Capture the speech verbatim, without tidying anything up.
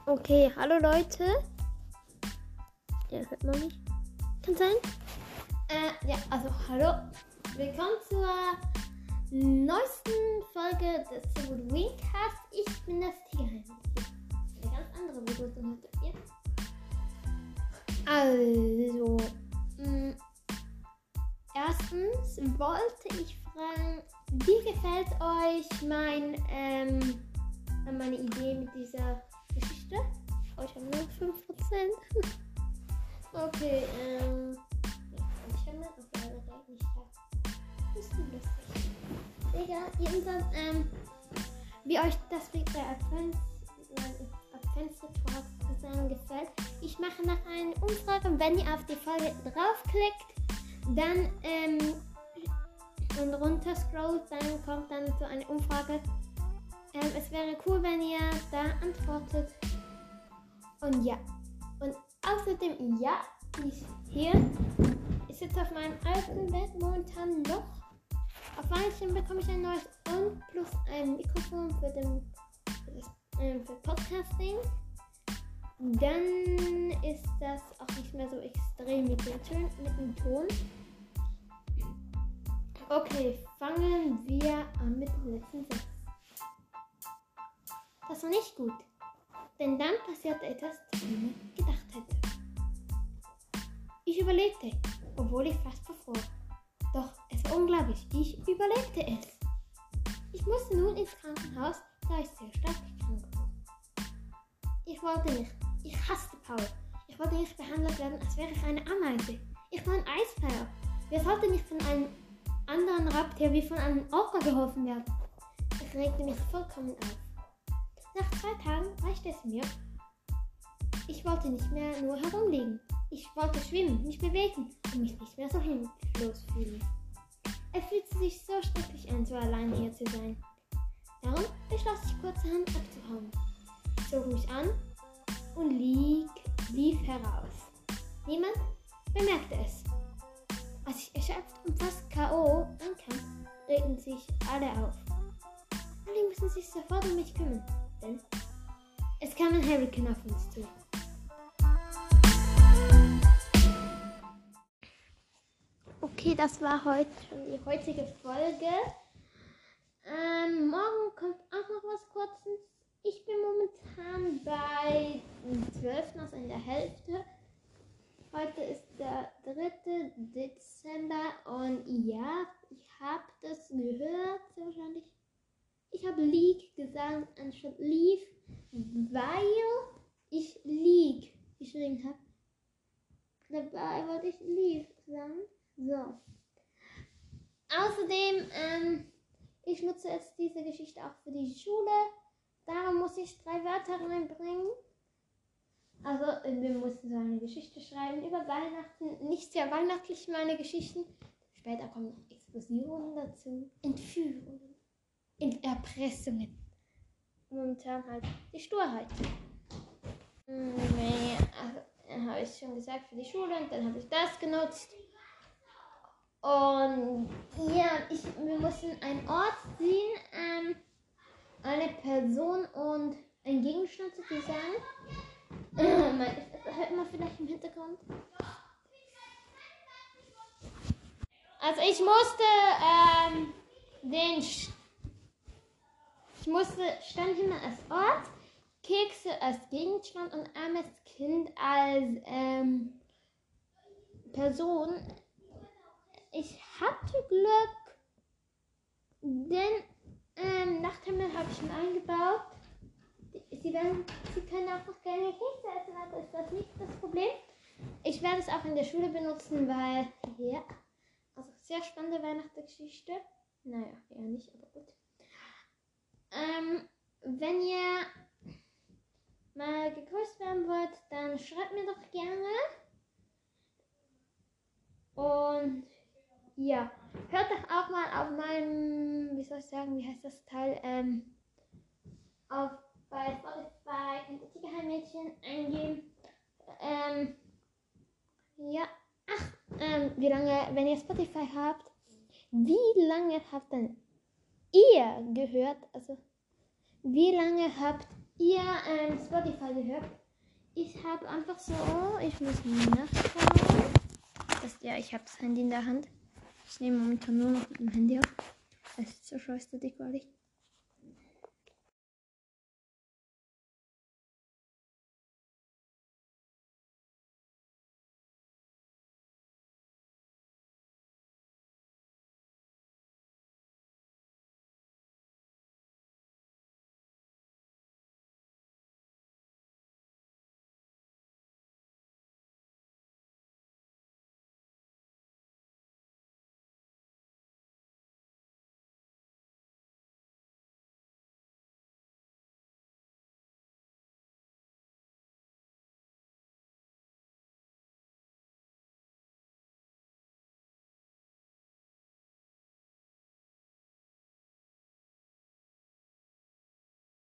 Okay, hallo Leute. Ja, hört man mich? Kann sein. Äh, ja, also hallo. Willkommen zur neuesten Folge des So Good Wingcast. Ich bin das Tierheim. Eine ganz andere Begrüßung heute. Ja. Also, mh, erstens wollte ich fragen, wie gefällt euch mein, ähm, meine Idee mit dieser Geschichte? Oh, ich habe nur fünf Prozent. Okay, ähm. Ich habe mir auf leider nicht da. Das ist lustig. Egal, jedenfalls, ähm. Wie euch das mit der Advents, Advents-Talk zusammen gefällt. Ich mache nach einer Umfrage. Wenn ihr auf die Folge draufklickt, dann, ähm. und runter scrollt, dann kommt dann so eine Umfrage. Ähm, es wäre cool, wenn ihr da antwortet. Und ja. Und außerdem, ja, ich hier. Ich sitze auf meinem alten Bett momentan noch. Auf Weihnachten bekomme ich ein neues und plus ein Mikrofon für, den, für das ähm, für Podcasting. Dann ist das auch nicht mehr so extrem mit dem Ton. Mit dem Ton. Okay, fangen wir an mit dem letzten Satz. Das war nicht gut, denn dann passierte etwas, das niemand gedacht hätte. Ich überlebte, obwohl ich fast verfror. Doch es war unglaublich, ich überlebte es. Ich musste nun ins Krankenhaus, da ich sehr stark krank war. Ich wollte nicht, ich hasste Paul. Ich wollte nicht behandelt werden, als wäre ich eine Ameise. Ich war ein Eisbär. Wir sollten nicht von einem anderen Raubtier wie von einem Orca geholfen werden. Es regte mich vollkommen auf. Nach zwei Tagen reichte es mir. Ich wollte nicht mehr nur herumliegen. Ich wollte schwimmen, mich bewegen und mich nicht mehr so hilflos fühlen. Es fühlte sich so schrecklich an, so allein hier zu sein. Darum beschloss ich kurzerhand abzuhauen. Ich zog mich an und lieg, lief heraus. Niemand bemerkte es. Als ich erschöpft und fast K O ankam, regten sich alle auf. Alle mussten sich sofort um mich kümmern. Denn es kam ein Hurrikan auf uns zu. Okay, das war heute schon die heutige Folge. Ähm, morgen kommt auch noch was Kurzes. Ich bin momentan bei zwölf, also in der Hälfte. Heute ist der dritte Dezember und ja, ich habe das gehört, sehr wahrscheinlich. Ich habe League gesagt anstatt Leaf, weil ich League geschrieben habe. Dabei wollte ich Leaf sagen. So. Außerdem, ähm, ich nutze jetzt diese Geschichte auch für die Schule. Darum muss ich drei Wörter reinbringen. Also, wir mussten so eine Geschichte schreiben über Weihnachten. Nicht sehr weihnachtlich, meine Geschichten. Später kommen noch Explosionen dazu. Entführungen. In Erpressungen. Momentan halt die Sturheit. Nee, also, habe ich schon gesagt für die Schule und dann habe ich das genutzt. Und ja, ich, wir mussten einen Ort ziehen, ähm, eine Person und ein Gegenstand sozusagen. Äh, hört man vielleicht im Hintergrund? Also ich musste ähm, den St- Ich musste Steinhimmel als Ort, Kekse als Gegenstand und armes Kind als ähm, Person. Ich hatte Glück, denn ähm, Nachthimmel habe ich schon eingebaut. Sie, werden, Sie können auch noch gerne Kekse essen, also ist das nicht das Problem. Ich werde es auch in der Schule benutzen, weil, ja, also sehr spannende Weihnachtsgeschichte. Naja, eher nicht, aber gut. Ähm, wenn ihr mal gegrüßt werden wollt, dann schreibt mir doch gerne. Und ja, hört doch auch mal auf meinem, wie soll ich sagen, wie heißt das Teil, ähm, auf bei Spotify könnt ihr Tigerheim-Mädchen eingeben. Ähm, ja, ach, ähm, wie lange, wenn ihr Spotify habt, wie lange habt dann ihr gehört, also wie lange habt ihr ähm, Spotify gehört. Ich habe einfach so, ich muss nachschauen. Das, ja, ich habe das Handy in der Hand. Ich nehme momentan nur noch mit dem Handy auf. Es ist so scheiße dick, weil ich